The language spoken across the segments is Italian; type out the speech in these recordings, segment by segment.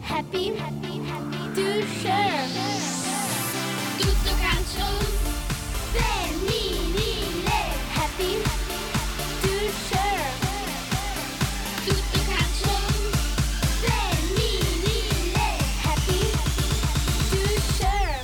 happy to share. Tutto calcio femminile, happy to share. Tutto calcio femminile, happy to share.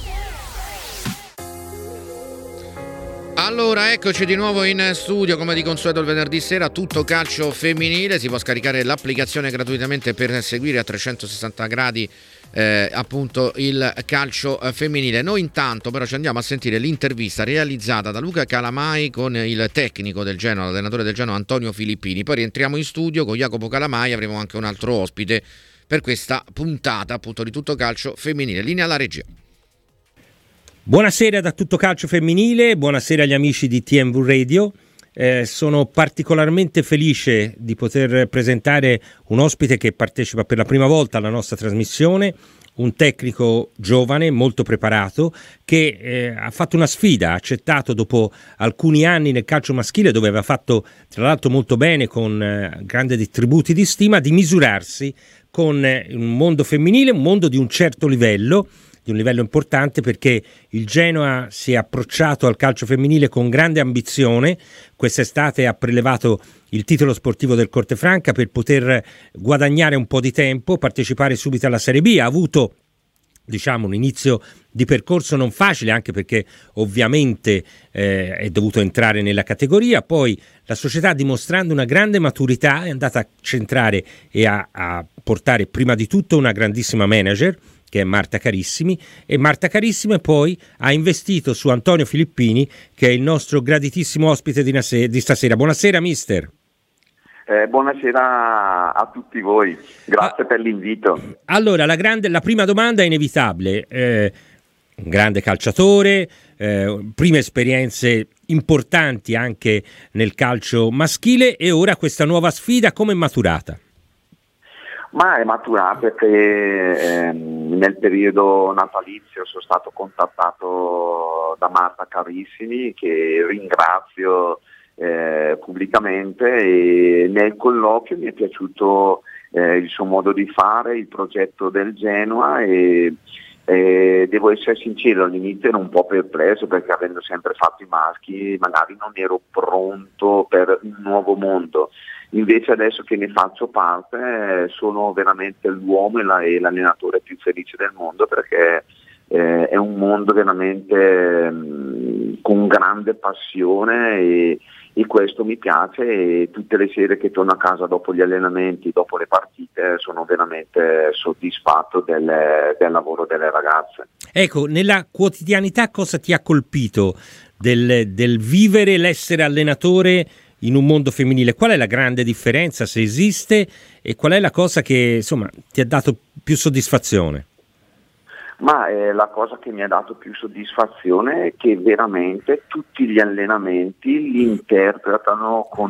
Allora, eccoci di nuovo in studio, come di consueto il venerdì sera, Tutto Calcio Femminile. Si può scaricare l'applicazione gratuitamente per seguire a 360 gradi appunto il calcio femminile. Noi intanto però ci andiamo a sentire l'intervista realizzata da Luca Calamai con il tecnico del Genoa, l'allenatore del Genoa Antonio Filippini. Poi rientriamo in studio con Jacopo Calamai, avremo anche un altro ospite per questa puntata appunto di Tutto Calcio Femminile. Linea alla regia. Buonasera da Tutto Calcio Femminile, buonasera agli amici di TMV Radio. Sono particolarmente felice di poter presentare un ospite che partecipa per la prima volta alla nostra trasmissione, un tecnico giovane, molto preparato, che ha fatto una sfida, ha accettato dopo alcuni anni nel calcio maschile, dove aveva fatto tra l'altro molto bene con grandi tributi di stima, di misurarsi con un mondo femminile, un mondo di un certo livello, di un livello importante, perché il Genoa si è approcciato al calcio femminile con grande ambizione. Quest'estate ha prelevato il titolo sportivo del Cortefranca per poter guadagnare un po' di tempo, partecipare subito alla Serie B. Ha avuto un inizio di percorso non facile, anche perché ovviamente è dovuto entrare nella categoria. Poi la società, dimostrando una grande maturità, è andata a centrare e a portare prima di tutto una grandissima manager, che è Marta Carissimi, e Marta Carissimi poi ha investito su Antonio Filippini, che è il nostro graditissimo ospite di stasera. Buonasera mister. Buonasera a tutti voi, grazie per l'invito. Allora, la prima domanda è inevitabile. Un grande calciatore, prime esperienze importanti anche nel calcio maschile, e ora questa nuova sfida come è maturata? Ma è maturata perché nel periodo natalizio sono stato contattato da Marta Carissimi, che ringrazio pubblicamente, e nel colloquio mi è piaciuto il suo modo di fare, il progetto del Genoa, e devo essere sincero, all'inizio ero un po' perplesso, perché avendo sempre fatto i maschi magari non ero pronto per un nuovo mondo. Invece adesso che ne faccio parte sono veramente l'uomo e l'allenatore più felice del mondo, perché è un mondo veramente con grande passione, e questo mi piace, e tutte le sere che torno a casa dopo gli allenamenti, dopo le partite, sono veramente soddisfatto del lavoro delle ragazze. Ecco, nella quotidianità cosa ti ha colpito del vivere l'essere allenatore in un mondo femminile? Qual è la grande differenza, se esiste, e qual è la cosa che ti ha dato più soddisfazione? Ma la cosa che mi ha dato più soddisfazione è che veramente tutti gli allenamenti li interpretano con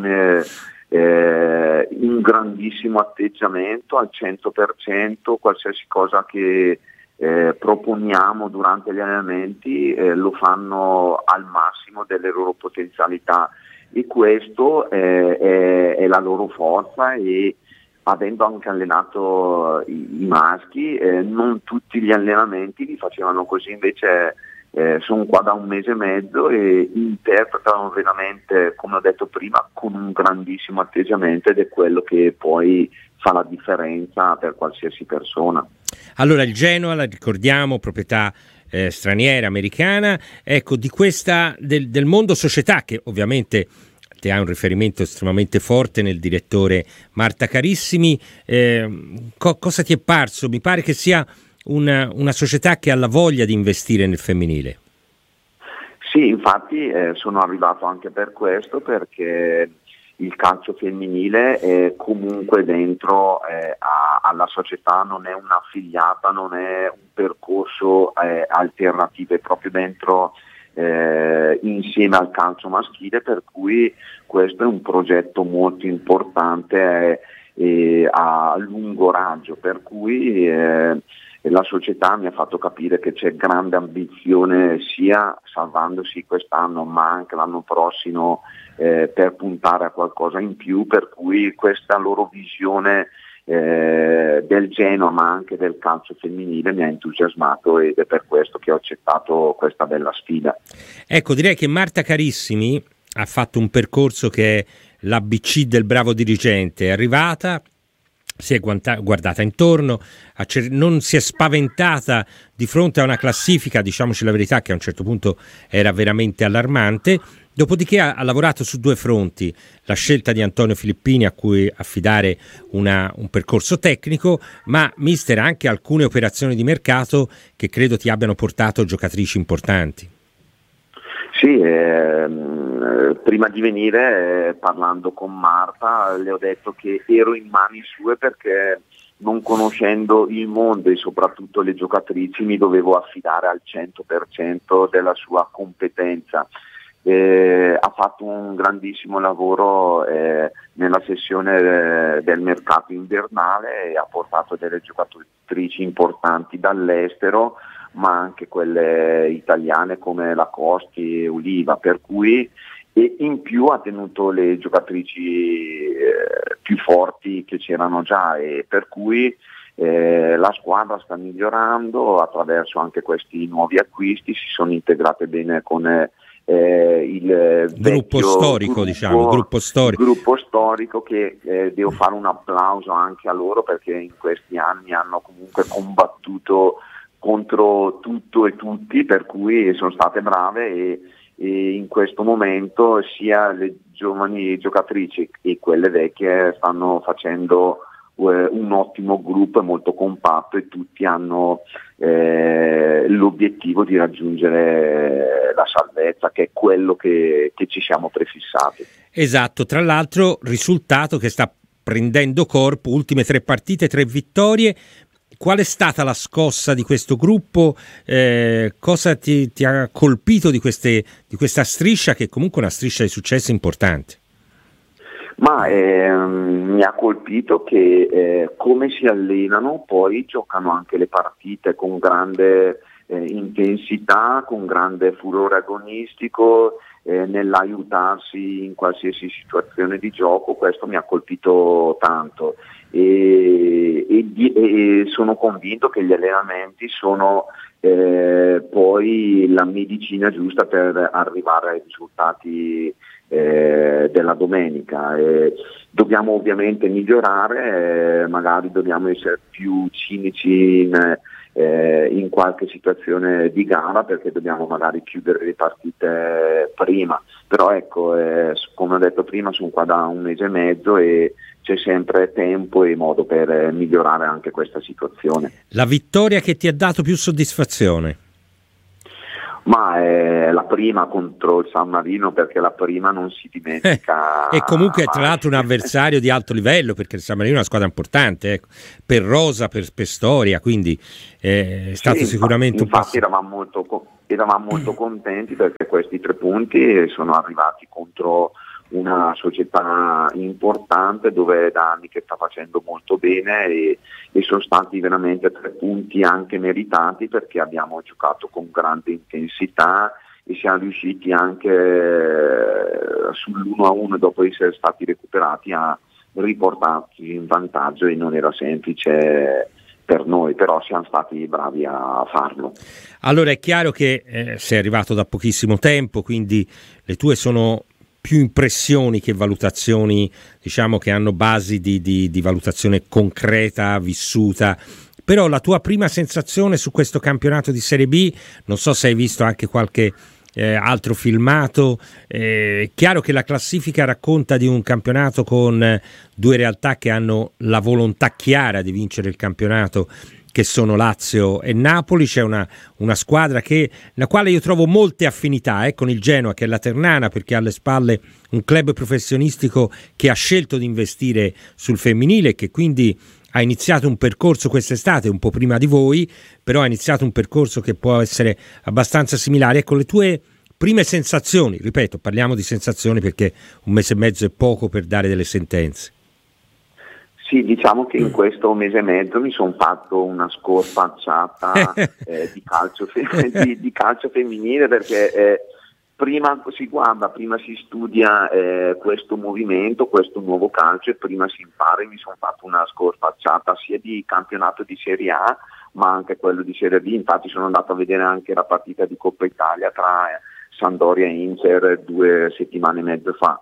un grandissimo atteggiamento, al 100%, qualsiasi cosa che proponiamo durante gli allenamenti lo fanno al massimo delle loro potenzialità, e questo è la loro forza. E avendo anche allenato i maschi, non tutti gli allenamenti li facevano così, invece sono qua da un mese e mezzo e interpretano veramente, come ho detto prima, con un grandissimo atteggiamento, ed è quello che poi fa la differenza per qualsiasi persona. Allora, il Genoa, la ricordiamo, proprietà straniera, americana, ecco, di questa del mondo società, che ovviamente ha un riferimento estremamente forte nel direttore Marta Carissimi. Cosa ti è parso? Mi pare che sia una società che ha la voglia di investire nel femminile. Sì, infatti sono arrivato anche per questo, perché il calcio femminile è comunque dentro alla società, non è un'affiliata, non è un percorso alternativo, è proprio dentro insieme al calcio maschile, per cui questo è un progetto molto importante a lungo raggio, per cui la società mi ha fatto capire che c'è grande ambizione, sia salvandosi quest'anno ma anche l'anno prossimo, per puntare a qualcosa in più, per cui questa loro visione del Genoa, ma anche del calcio femminile, mi ha entusiasmato, ed è per questo che ho accettato questa bella sfida. Ecco, direi che Marta Carissimi ha fatto un percorso che è l'ABC del bravo dirigente. È arrivata, si è guardata intorno, non si è spaventata di fronte a una classifica, diciamoci la verità, che a un certo punto era veramente allarmante. Dopodiché ha lavorato su due fronti: la scelta di Antonio Filippini, a cui affidare un percorso tecnico, ma mister, anche alcune operazioni di mercato che credo ti abbiano portato giocatrici importanti. Sì, prima di venire, parlando con Marta, le ho detto che ero in mani sue, perché non conoscendo il mondo e soprattutto le giocatrici mi dovevo affidare al 100% della sua competenza. Ha fatto un grandissimo lavoro nella sessione del mercato invernale e ha portato delle giocatrici importanti dall'estero, ma anche quelle italiane come Lacosti e Oliva, per cui, e in più ha tenuto le giocatrici più forti che c'erano già, e per cui la squadra sta migliorando attraverso anche questi nuovi acquisti. Si sono integrate bene con il gruppo storico, gruppo storico, che devo fare un applauso anche a loro, perché in questi anni hanno comunque combattuto contro tutto e tutti, per cui sono state brave, e in questo momento sia le giovani giocatrici e quelle vecchie stanno facendo un ottimo gruppo, è molto compatto, e tutti hanno l'obiettivo di raggiungere la salvezza, che è quello che ci siamo prefissati. Esatto, tra l'altro risultato che sta prendendo corpo, ultime 3 partite, 3 vittorie. Qual è stata la scossa di questo gruppo? Cosa ti ha colpito di questa striscia, che è comunque una striscia di successi importante? Ma mi ha colpito che come si allenano, poi giocano anche le partite con grande intensità, con grande furore agonistico, nell'aiutarsi in qualsiasi situazione di gioco. Questo mi ha colpito tanto, e sono convinto che gli allenamenti sono poi la medicina giusta per arrivare ai risultati della domenica. Dobbiamo ovviamente migliorare, magari dobbiamo essere più cinici in qualche situazione di gara, perché dobbiamo magari chiudere le partite prima, però ecco, come ho detto prima, sono qua da 1 mese e mezzo e c'è sempre tempo e modo per migliorare anche questa situazione. La vittoria che ti ha dato più soddisfazione? Ma è la prima contro il San Marino, perché la prima non si dimentica. E comunque tra l'altro un avversario di alto livello, perché il San Marino è una squadra importante, ecco, per rosa, per storia, quindi è stato sicuramente un passo. Eravamo molto contenti, perché questi 3 punti sono arrivati contro una società importante, dove da anni che sta facendo molto bene, e sono stati veramente 3 punti anche meritati, perché abbiamo giocato con grande intensità e siamo riusciti anche sull'1-1, dopo essere stati recuperati, a riportarci in vantaggio, e non era semplice per noi, però siamo stati bravi a farlo. Allora è chiaro che sei arrivato da pochissimo tempo, quindi le tue sono più impressioni che valutazioni, diciamo, che hanno basi di valutazione concreta, vissuta. Però la tua prima sensazione su questo campionato di Serie B, non so se hai visto anche qualche altro filmato, è chiaro che la classifica racconta di un campionato con 2 realtà che hanno la volontà chiara di vincere il campionato, che sono Lazio e Napoli. C'è una squadra la quale io trovo molte affinità con il Genoa, che è la Ternana, perché ha alle spalle un club professionistico che ha scelto di investire sul femminile e che quindi ha iniziato un percorso quest'estate, un po' prima di voi, però ha iniziato un percorso che può essere abbastanza similare. Ecco, le tue prime sensazioni, ripeto, parliamo di sensazioni perché 1 mese e mezzo è poco per dare delle sentenze. Sì, diciamo che in questo 1 mese e mezzo mi sono fatto una scorpacciata di calcio femminile, perché prima si guarda, prima si studia questo movimento, questo nuovo calcio e prima si impara. Mi sono fatto una scorpacciata sia di campionato di Serie A ma anche quello di Serie B, infatti sono andato a vedere anche la partita di Coppa Italia tra Sampdoria e Inter 2 settimane e mezzo fa.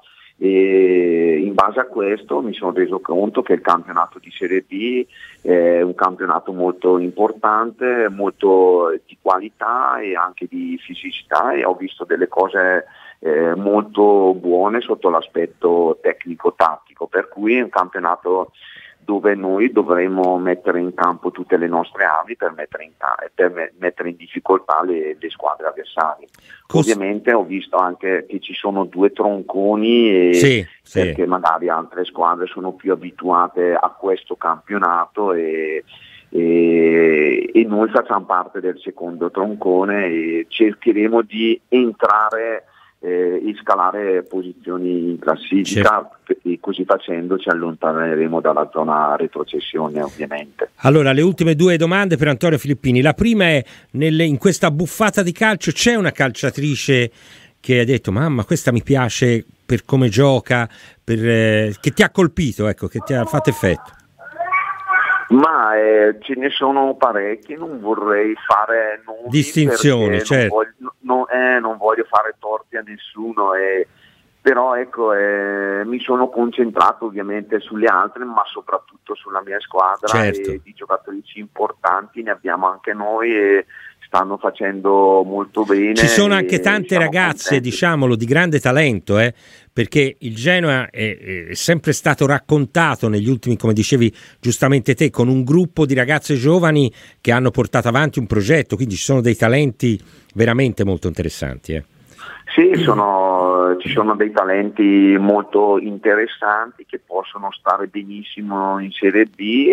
E in base a questo mi sono reso conto che il campionato di Serie B è un campionato molto importante, molto di qualità e anche di fisicità, e ho visto delle cose molto buone sotto l'aspetto tecnico-tattico, per cui è un campionato dove noi dovremo mettere in campo tutte le nostre armi per mettere in difficoltà le squadre avversarie. Ovviamente ho visto anche che ci sono 2 tronconi perché magari altre squadre sono più abituate a questo campionato e noi facciamo parte del secondo troncone e cercheremo di entrare e scalare posizioni in classifica, e così facendo ci allontaneremo dalla zona retrocessione, ovviamente. Allora, le ultime 2 domande per Antonio Filippini. La prima è, in questa buffata di calcio c'è una calciatrice che ha detto mamma, questa mi piace per come gioca, che ti ha colpito, ecco, che ti ha fatto effetto? Ma ce ne sono parecchi, non vorrei fare nomi, distinzioni, certo. Non voglio fare torti a nessuno, però ecco, mi sono concentrato ovviamente sulle altre, ma soprattutto sulla mia squadra, certo. E di giocatrici importanti ne abbiamo anche noi e stanno facendo molto bene. Ci sono anche tante ragazze, contenti, diciamolo, di grande talento, perché il Genoa è sempre stato raccontato negli ultimi, come dicevi giustamente te, con un gruppo di ragazze giovani che hanno portato avanti un progetto, quindi ci sono dei talenti veramente molto interessanti. Sì, ci sono dei talenti molto interessanti che possono stare benissimo in Serie B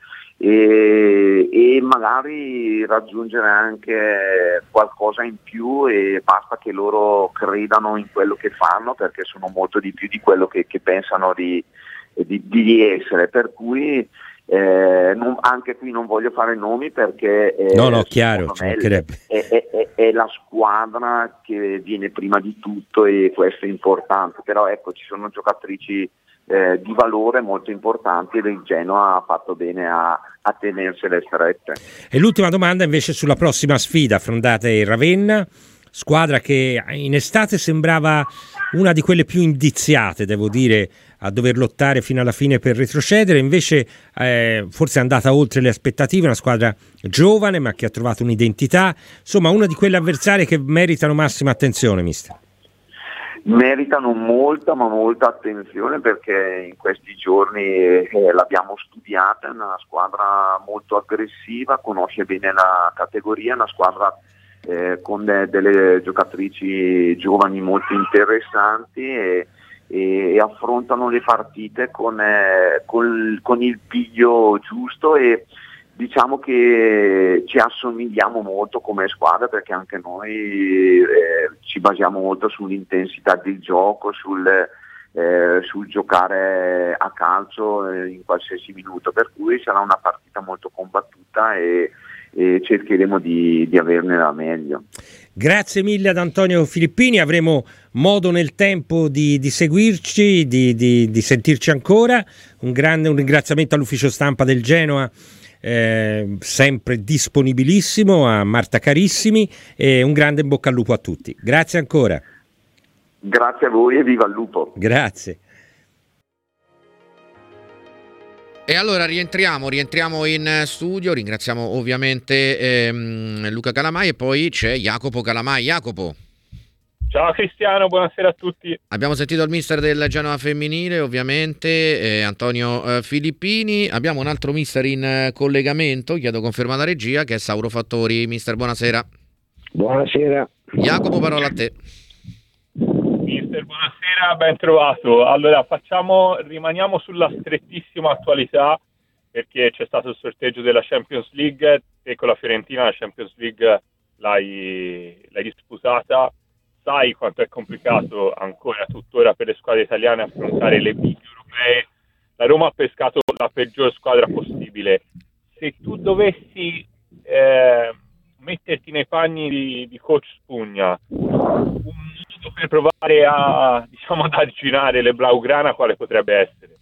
e magari raggiungere anche qualcosa in più, e basta che loro credano in quello che fanno, perché sono molto di più di quello che pensano di essere, per cui anche qui non voglio fare nomi perché chiaro, è la squadra che viene prima di tutto e questo è importante, però ecco, ci sono giocatrici di valore molto importanti ed il Genoa ha fatto bene a tenersele strette. E l'ultima domanda invece sulla prossima sfida, affrontate il Ravenna, squadra che in estate sembrava una di quelle più indiziate, devo dire, a dover lottare fino alla fine per retrocedere, invece forse è andata oltre le aspettative, una squadra giovane ma che ha trovato un'identità, insomma una di quelle avversarie che meritano massima attenzione, mister. Meritano molta attenzione, perché in questi giorni l'abbiamo studiata, è una squadra molto aggressiva, conosce bene la categoria, è una squadra con delle giocatrici giovani molto interessanti e affrontano le partite con il piglio giusto, e diciamo che ci assomigliamo molto come squadra, perché anche noi ci basiamo molto sull'intensità del gioco, sul giocare a calcio in qualsiasi minuto, per cui sarà una partita molto combattuta e cercheremo di averne la meglio. Grazie mille ad Antonio Filippini, avremo modo nel tempo di seguirci, di sentirci ancora. Un ringraziamento all'ufficio stampa del Genoa, sempre disponibilissimo, a Marta Carissimi, e un grande in bocca al lupo a tutti. Grazie ancora. Grazie a voi e viva il lupo. Grazie. E allora rientriamo in studio, ringraziamo ovviamente Luca Calamai, e poi c'è Jacopo Calamai. Jacopo. Ciao Cristiano, buonasera a tutti. Abbiamo sentito il mister del Genoa femminile, ovviamente, Antonio Filippini. Abbiamo un altro mister in collegamento, chiedo conferma alla regia, che è Sauro Fattori. Mister, buonasera. Buonasera. Jacopo, parola a te. Mister, buonasera, ben trovato. Allora, rimaniamo sulla strettissima attualità, perché c'è stato il sorteggio della Champions League e con la Fiorentina la Champions League l'hai disputata. Sai quanto è complicato ancora tuttora per le squadre italiane affrontare le big europee. La Roma ha pescato la peggior squadra possibile. Se tu dovessi metterti nei panni di coach Spugna, un per provare ad arginare le Blaugrana, quale potrebbe essere?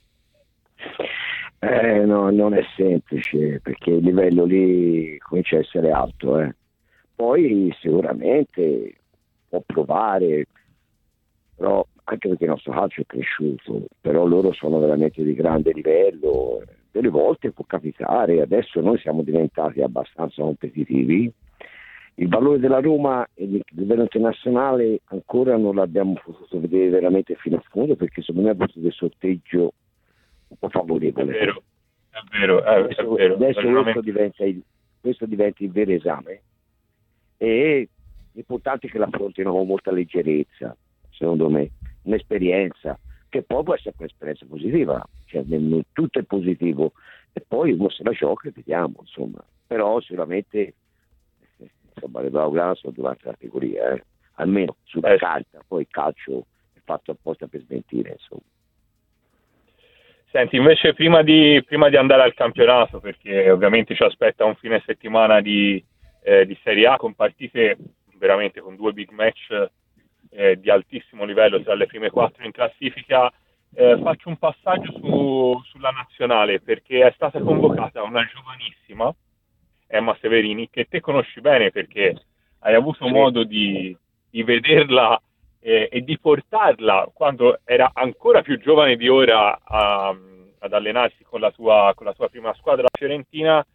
No, non è semplice perché il livello lì comincia a essere alto. Poi sicuramente può provare, però anche perché il nostro calcio è cresciuto, però loro sono veramente di grande livello, delle volte può capitare, adesso noi siamo diventati abbastanza competitivi, il valore della Roma e il livello internazionale ancora non l'abbiamo potuto vedere veramente fino a fondo perché secondo me ha avuto del sorteggio un po' favorevole. È vero. Adesso questo diventa il vero esame e l'importante è che l'affrontino con molta leggerezza, secondo me, un'esperienza che poi può essere un'esperienza positiva, cioè tutto è positivo e poi uno se la gioca e vediamo, insomma, però sicuramente le Blaugrana sono due altre categorie, almeno sulla carta, poi il calcio è fatto apposta per smentire, insomma. Senti, invece prima di andare al campionato, perché ovviamente ci aspetta un fine settimana di Serie A con partite veramente con 2 big match di altissimo livello tra le prime 4 in classifica, faccio un passaggio sulla nazionale perché è stata convocata una giovanissima Emma Severini che te conosci bene perché hai avuto modo di vederla e di portarla quando era ancora più giovane di ora ad allenarsi con la tua prima squadra, la Fiorentina.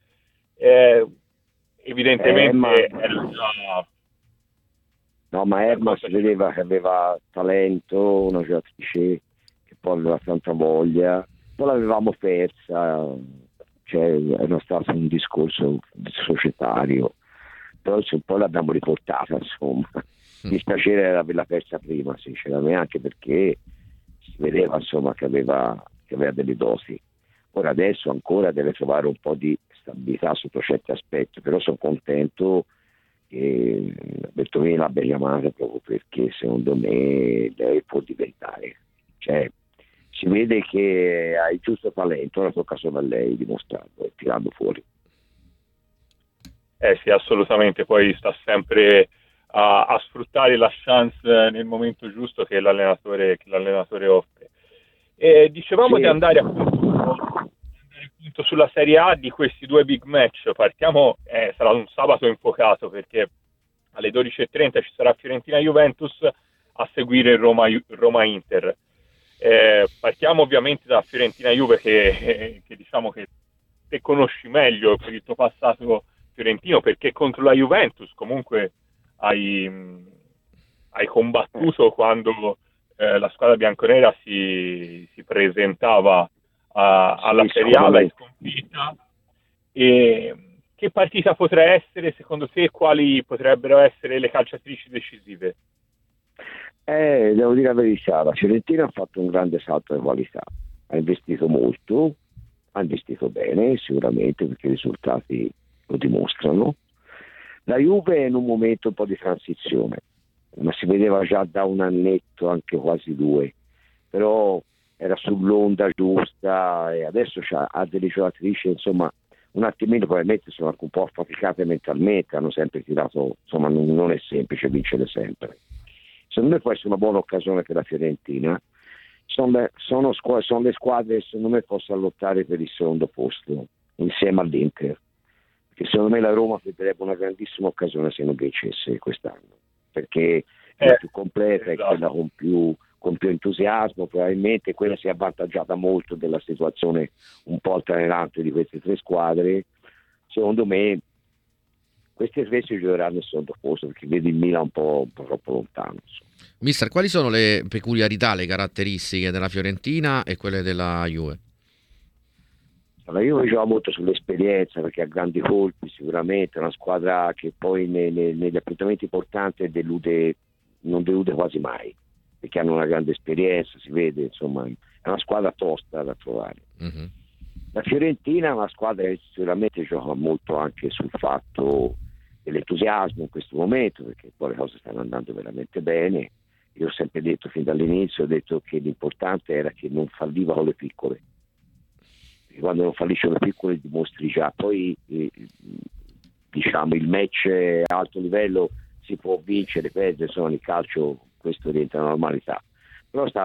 Evidentemente era già... No, ma Emma si vedeva che aveva talento, una giocatrice che poi aveva tanta voglia, poi l'avevamo persa, cioè era stato un discorso societario, però poi l'abbiamo riportata, insomma. Mi dispiacere averla persa prima, sinceramente, anche perché si vedeva insomma che aveva delle doti. Ora adesso ancora deve trovare un po' di stabilità sotto certi aspetti, però sono contento che Bertolini l'abbia chiamata proprio perché secondo me lei può diventare, cioè si vede che ha il giusto talento, ora tocca solo a lei dimostrarlo e tirarlo fuori. Sì, assolutamente, poi sta sempre a sfruttare la chance nel momento giusto che l'allenatore offre. Dicevamo di andare appunto sulla Serie A di questi 2 big match. Partiamo, sarà un sabato infuocato perché alle 12:30 ci sarà Fiorentina-Juventus, a seguire Roma-Inter. Partiamo ovviamente da Fiorentina-Juve che diciamo che te conosci meglio per il tuo passato fiorentino, perché contro la Juventus comunque hai combattuto quando la squadra bianconera si presentava alla Serie A, l'hai sconfitta. E che partita potrà essere secondo te? Quali potrebbero essere le calciatrici decisive? Devo dire la verità, la Fiorentina ha fatto un grande salto di qualità, ha investito molto, ha investito bene sicuramente perché i risultati lo dimostrano. La Juve è in un momento un po' di transizione, ma si vedeva già da un annetto, anche quasi 2, però era sull'onda giusta e adesso ha delle giocatrici, insomma, un attimino probabilmente sono anche un po' affaticate mentalmente, hanno sempre tirato, insomma non è semplice vincere sempre. Secondo me può essere una buona occasione per la Fiorentina, sono le squadre secondo me possono lottare per il secondo posto insieme all'Inter, perché secondo me la Roma perderebbe una grandissima occasione se non vincesse quest'anno, perché è la più completa, esatto. È quella con più entusiasmo, probabilmente quella si è avvantaggiata molto della situazione un po' altalenante di queste 3 squadre. Secondo me queste 3 si giocheranno nel secondo posto perché vedi il Milan un po' troppo lontano, insomma. Mister, quali sono le peculiarità, le caratteristiche della Fiorentina e quelle della Juve? La Juve gioca molto sull'esperienza perché ha grandi colpi, sicuramente è una squadra che poi negli appuntamenti importanti non delude quasi mai, perché hanno una grande esperienza, si vede, insomma, è una squadra tosta da trovare. Mm-hmm. La Fiorentina è una squadra che sicuramente gioca molto anche sul fatto dell'entusiasmo in questo momento, perché poi le cose stanno andando veramente bene. Io ho sempre detto fin dall'inizio, ho detto che l'importante era che non falliva con le piccole, perché quando non fallisce con le piccole dimostri già, poi diciamo il match a alto livello si può vincere, perdere, insomma il calcio questo diventa normalità. Però sta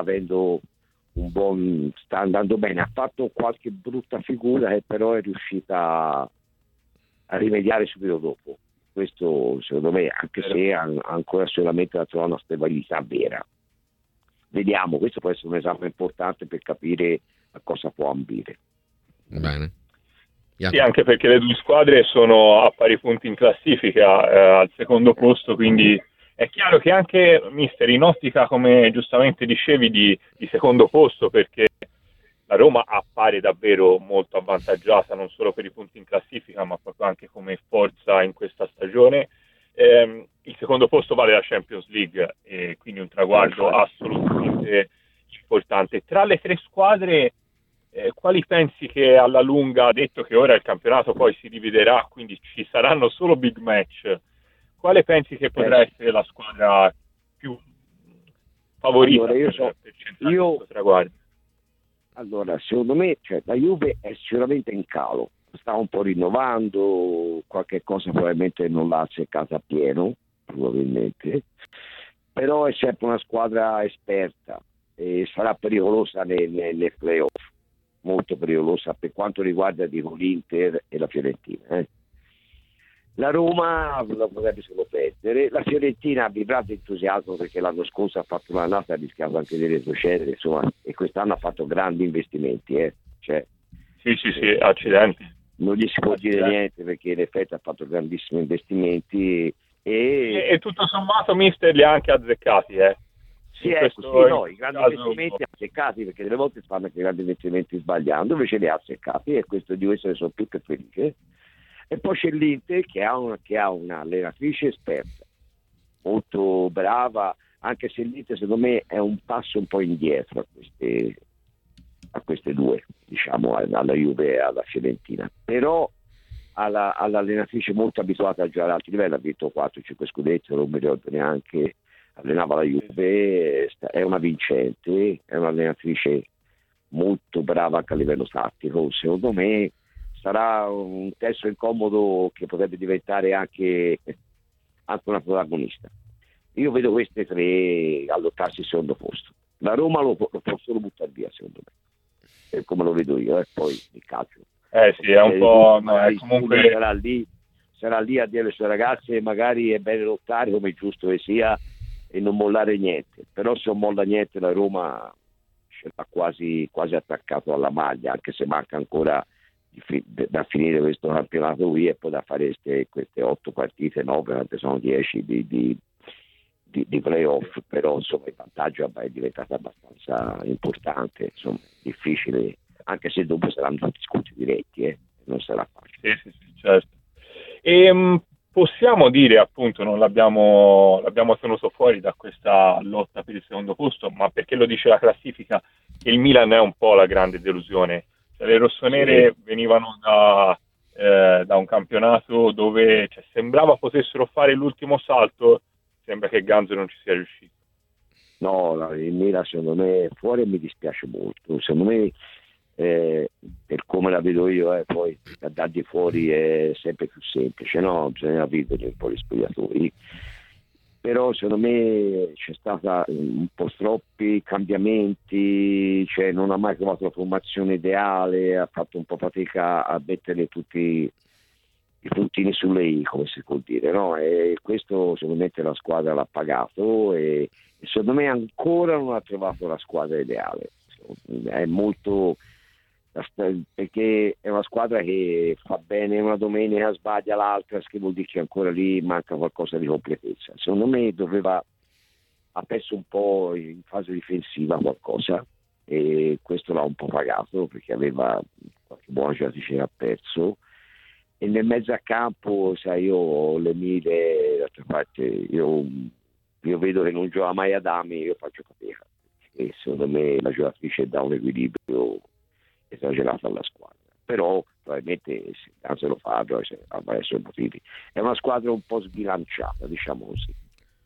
andando bene, ha fatto qualche brutta figura che però è riuscita a rimediare subito dopo. Questo secondo me, anche se ha ancora solamente da trovare una stabilità vera. Vediamo, questo può essere un esame importante per capire a cosa può ambire. Bene. Sì, anche perché le due squadre sono a pari punti in classifica, al secondo posto, quindi è chiaro che anche mister in ottica, come giustamente dicevi, di secondo posto, perché la Roma appare davvero molto avvantaggiata non solo per i punti in classifica ma proprio anche come forza in questa stagione. Il secondo posto vale la Champions League e quindi un traguardo assolutamente importante. Tra le tre squadre quali pensi che alla lunga, detto che ora il campionato poi si dividerà, quindi ci saranno solo big match, quale pensi che potrà essere la squadra più favorita per centrare questo traguardo? Allora, secondo me la Juve è sicuramente in calo, sta un po' rinnovando, qualche cosa probabilmente non l'ha azzeccata a pieno, probabilmente, però è sempre una squadra esperta e sarà pericolosa nei playoff, molto pericolosa per quanto riguarda l'Inter e la Fiorentina. La Roma la potrebbe solo perdere, la Fiorentina ha vibrato entusiasmo perché l'anno scorso ha fatto un'annata, ha rischiato anche di retrocedere, insomma, e quest'anno ha fatto grandi investimenti. Sì, accidenti. Non gli si può dire niente perché in effetti ha fatto grandissimi investimenti e tutto sommato mister li ha anche azzeccati. Sì, i grandi investimenti azzeccati, perché delle volte fanno anche grandi investimenti sbagliando, invece li ha azzeccati e di questo ne sono più che felice. E poi c'è l'Inter che ha un'allenatrice esperta, molto brava, anche se l'Inter secondo me è un passo un po' indietro a queste due, diciamo, alla Juve e alla Fiorentina. Però all'allenatrice molto abituata a giocare ad alti livelli, ha vinto 4-5 scudetti, non mi ricordo neanche, allenava la Juve, è una vincente, è un'allenatrice molto brava anche a livello tattico. Secondo me sarà un testo incomodo che potrebbe diventare anche una protagonista. Io vedo queste tre a lottarsi il secondo posto. La Roma lo può solo buttare via, secondo me, per come lo vedo io, poi il calcio. Sì, è un po'... comunque sarà lì a dire alle sue ragazze magari è bene lottare come è giusto che sia e non mollare niente, però se non molla niente la Roma ce l'ha quasi attaccato alla maglia, anche se manca ancora da finire questo campionato qui e poi da fare queste 8 partite, 9, quante sono 10 di playoff, però insomma il vantaggio è diventato abbastanza importante, insomma difficile, anche se dopo saranno tutti scontri diretti, non sarà facile. Sì, certo. E possiamo dire, appunto, non l'abbiamo tenuto fuori da questa lotta per il secondo posto, ma perché lo dice la classifica, che il Milan è un po' la grande delusione. Cioè, le rossonere venivano da un campionato dove sembrava potessero fare l'ultimo salto, sembra che Ganzo non ci sia riuscito. No, il Milan secondo me fuori mi dispiace molto, secondo me per come la vedo io poi da di fuori è sempre più semplice, no? Bisogna vivere un po' gli spogliatoi, però secondo me c'è stata un po' troppi cambiamenti, non ha mai trovato la formazione ideale, ha fatto un po' fatica a mettere tutti i puntini sulle i, come si può dire, no? E questo secondo me la squadra l'ha pagato e secondo me ancora non ha trovato la squadra ideale, è molto, perché è una squadra che fa bene una domenica, sbaglia l'altra, che vuol dire che ancora lì manca qualcosa di completezza. Secondo me ha perso un po' in fase difensiva qualcosa e questo l'ha un po' pagato perché aveva qualche buona giocatrice che ha perso. E nel mezzo a campo, io ho le mille, d'altra parte io vedo che non gioca mai Adami, io faccio fatica, e secondo me la giocatrice dà un equilibrio esagerato alla squadra, però probabilmente se Ganzo lo fa avrà i suoi motivi. È una squadra un po' sbilanciata, diciamo così.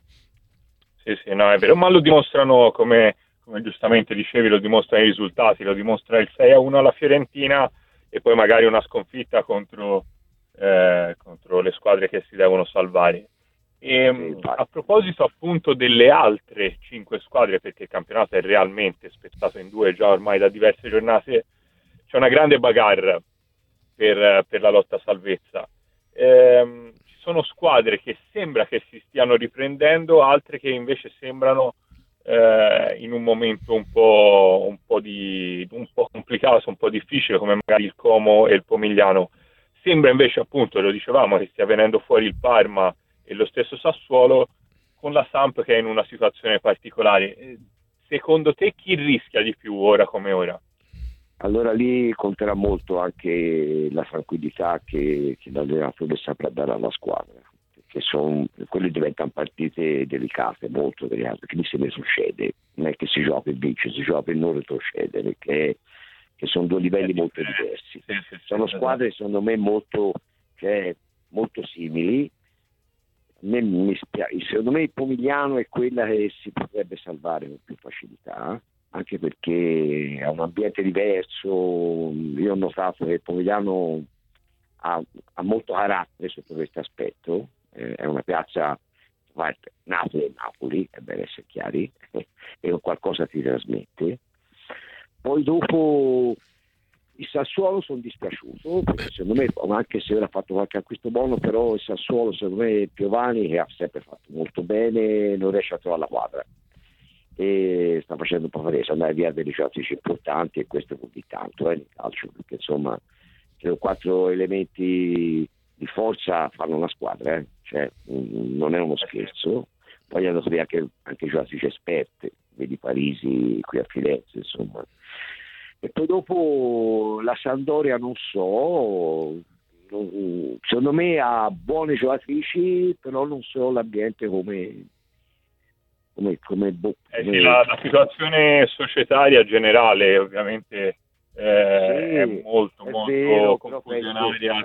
Sì, no, è vero, ma lo dimostrano, come giustamente dicevi, lo dimostrano i risultati, lo dimostra il 6-1 alla Fiorentina e poi magari una sconfitta contro le squadre che si devono salvare. A proposito appunto delle altre 5 squadre, perché il campionato è realmente spezzato in due già ormai da diverse giornate, c'è una grande bagarre per la lotta a salvezza. Ci sono squadre che sembra che si stiano riprendendo, altre che invece sembrano in un momento un po' complicato, un po' difficile, come magari il Como e il Pomigliano. Sembra invece, appunto, lo dicevamo, che stia venendo fuori il Parma e lo stesso Sassuolo, con la Samp che è in una situazione particolare. Secondo te chi rischia di più ora come ora? Allora lì conterà molto anche la tranquillità che l'allenatore saprà dare alla squadra, perché quelle diventano partite delicate, molto delicate, perché lì se ne succede, non è che si gioca e vince, si gioca e non retrocede, che sono due livelli molto diversi. Sono squadre secondo me molto simili. Secondo me il Pomigliano è quella che si potrebbe salvare con più facilità, anche perché è un ambiente diverso. Io ho notato che il Pomigliano ha molto carattere sotto questo aspetto, è una piazza Napoli, è bene essere chiari, e qualcosa ti trasmette. Poi dopo il Sassuolo sono dispiaciuto, perché secondo me, anche se ora ha fatto qualche acquisto buono, però il Sassuolo secondo me Piovani, che ha sempre fatto molto bene, non riesce a trovare la quadra e sta facendo un po' fatica, andare via delle giocatrici importanti, e questo vuol dire tanto nel calcio, perché insomma 3 o 4 elementi di forza fanno una squadra, cioè non è uno scherzo. Poi hanno trovato anche giocatrici esperte, vedi Parisi qui a Firenze, insomma. E poi dopo la Sampdoria non so, secondo me ha buone giocatrici, però non so l'ambiente come sì, la situazione societaria generale ovviamente è molto vero, confusionaria.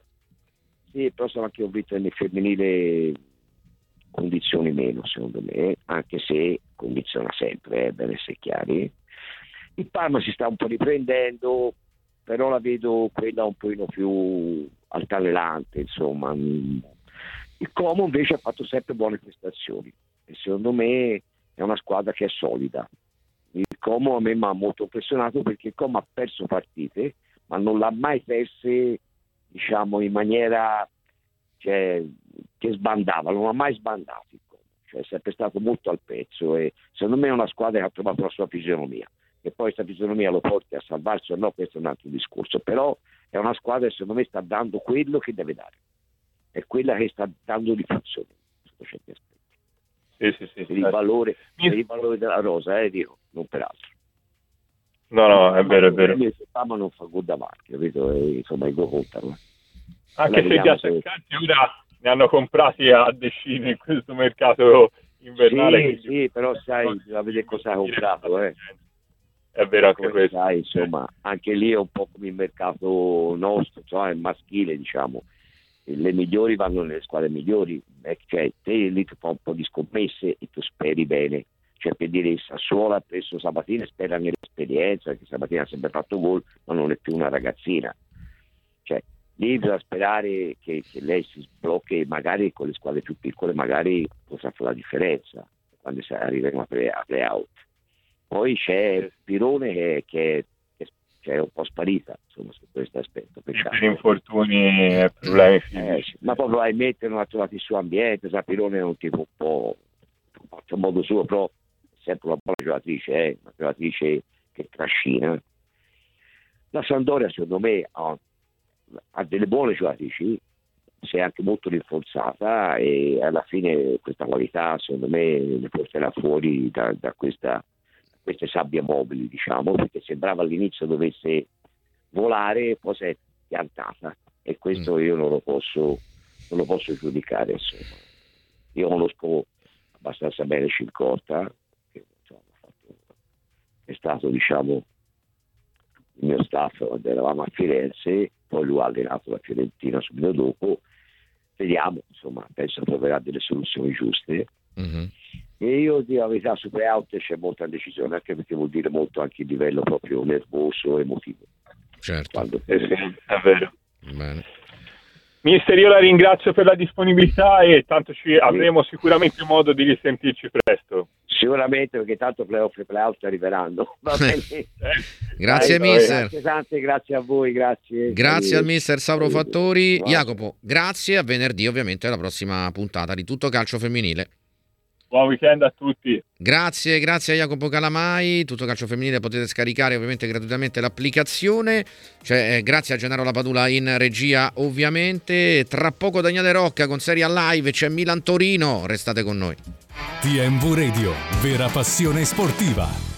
Però sono anche, ho visto nel femminile condizioni meno, secondo me, anche se condiziona sempre, è bene essere chiari. Il Parma si sta un po' riprendendo, però la vedo quella un pochino più altalenante, insomma. Il Como invece ha fatto sempre buone prestazioni e secondo me è una squadra che è solida. Il Como a me mi ha molto impressionato, perché il Como ha perso partite, ma non l'ha mai perse, diciamo, in maniera che sbandava, non ha mai sbandato il Como, cioè è sempre stato molto al pezzo, e secondo me è una squadra che ha trovato la sua fisionomia. Che poi questa fisionomia lo porti a salvarsi o no, questo è un altro discorso, però è una squadra che secondo me sta dando quello che deve dare, è quella che sta dando di funzione sotto certi aspetti. Sì, per il valore della rosa, dico, non per altro. No, è vero. Il Parma non fa gol davanti, capito? Insomma, i gol contano. Anche se gli attaccanti ora ne hanno comprati a decine in questo mercato invernale. Sì, però sai, bisogna vedere cosa ha comprato, È vero anche questo. Sai, insomma, anche lì è un po' come il mercato nostro, cioè maschile, diciamo. Le migliori vanno nelle squadre migliori, cioè te lì tu fai un po' di scommesse e tu speri bene. Cioè, per dire, il Sassuolo ha preso Sabatini e spera nell'esperienza, perché Sabatini ha sempre fatto gol, ma non è più una ragazzina. Cioè, lì bisogna sperare che lei si sblocchi, e magari con le squadre più piccole magari potrà fare la differenza quando si arriverà a play-out. Poi c'è Pirone che è un po' sparita, insomma, su questo aspetto. Per infortuni e problemi fisici. Ma poi probabilmente non ha trovato il suo ambiente. Pirone è un tipo un po', faccio un modo suo, però è sempre una buona giocatrice, una giocatrice che trascina. La Sampdoria secondo me ha delle buone giocatrici, si è anche molto rinforzata, e alla fine questa qualità secondo me le porterà fuori da queste sabbie mobili, diciamo, perché sembrava all'inizio dovesse volare, poi si è piantata, e questo io non lo posso giudicare, insomma. Io conosco abbastanza bene Cincotta, che è stato, diciamo, il mio staff quando eravamo a Firenze, poi lui ha allenato la Fiorentina subito dopo. Vediamo, insomma, penso troverà delle soluzioni giuste. E io dico la verità, su play-out c'è molta indecisione, anche perché vuol dire molto anche il livello proprio nervoso, emotivo. Certo. Quando è vero. Bene. Mister, io la ringrazio per la disponibilità e tanto avremo sicuramente modo di risentirci presto. Sicuramente, perché tanto playoff e playout arriveranno. Va bene. Grazie Dai, mister. Grazie tante, grazie a voi, grazie. Grazie al mister Sauro Fattori. Wow. Jacopo, grazie, a venerdì ovviamente alla prossima puntata di Tutto Calcio Femminile. Buon weekend a tutti. Grazie a Jacopo Calamai. Tutto Calcio Femminile potete scaricare ovviamente gratuitamente l'applicazione. Grazie a Gennaro Lapadula in regia ovviamente. Tra poco Daniele Rocca con Serie A Live, c'è Milan Torino, restate con noi. TMV Radio, vera passione sportiva.